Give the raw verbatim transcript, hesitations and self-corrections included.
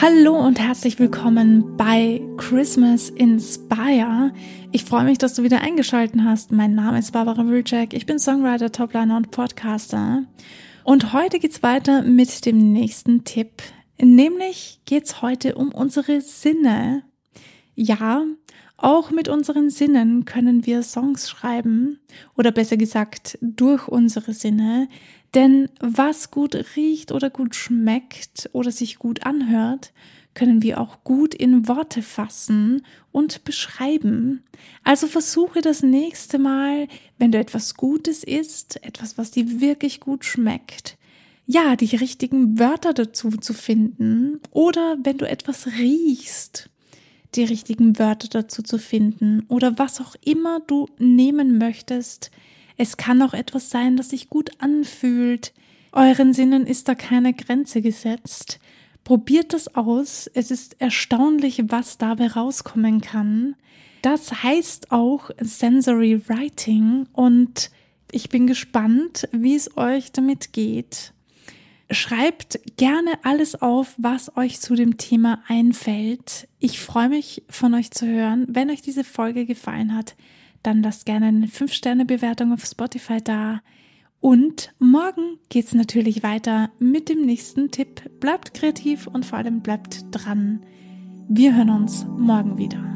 Hallo und herzlich willkommen bei Christmas Inspire. Ich freue mich, dass du wieder eingeschaltet hast. Mein Name ist Barbara Wilczek. Ich bin Songwriter, Topliner und Podcaster. Und heute geht's weiter mit dem nächsten Tipp. Nämlich geht's heute um unsere Sinne. Ja, auch mit unseren Sinnen können wir Songs schreiben. Oder besser gesagt, durch unsere Sinne. Denn was gut riecht oder gut schmeckt oder sich gut anhört, können wir auch gut in Worte fassen und beschreiben. Also versuche das nächste Mal, wenn du etwas Gutes isst, etwas, was dir wirklich gut schmeckt, ja, die richtigen Wörter dazu zu finden. Oder wenn du etwas riechst, die richtigen Wörter dazu zu finden. Oder was auch immer du nehmen möchtest. Es kann auch etwas sein, das sich gut anfühlt. Euren Sinnen ist da keine Grenze gesetzt. Probiert das aus. Es ist erstaunlich, was dabei rauskommen kann. Das heißt auch Sensory Writing und ich bin gespannt, wie es euch damit geht. Schreibt gerne alles auf, was euch zu dem Thema einfällt. Ich freue mich, von euch zu hören. Wenn euch diese Folge gefallen hat, dann lasst gerne eine fünf Sterne Bewertung auf Spotify da. Und morgen geht's natürlich weiter mit dem nächsten Tipp. Bleibt kreativ und vor allem bleibt dran. Wir hören uns morgen wieder.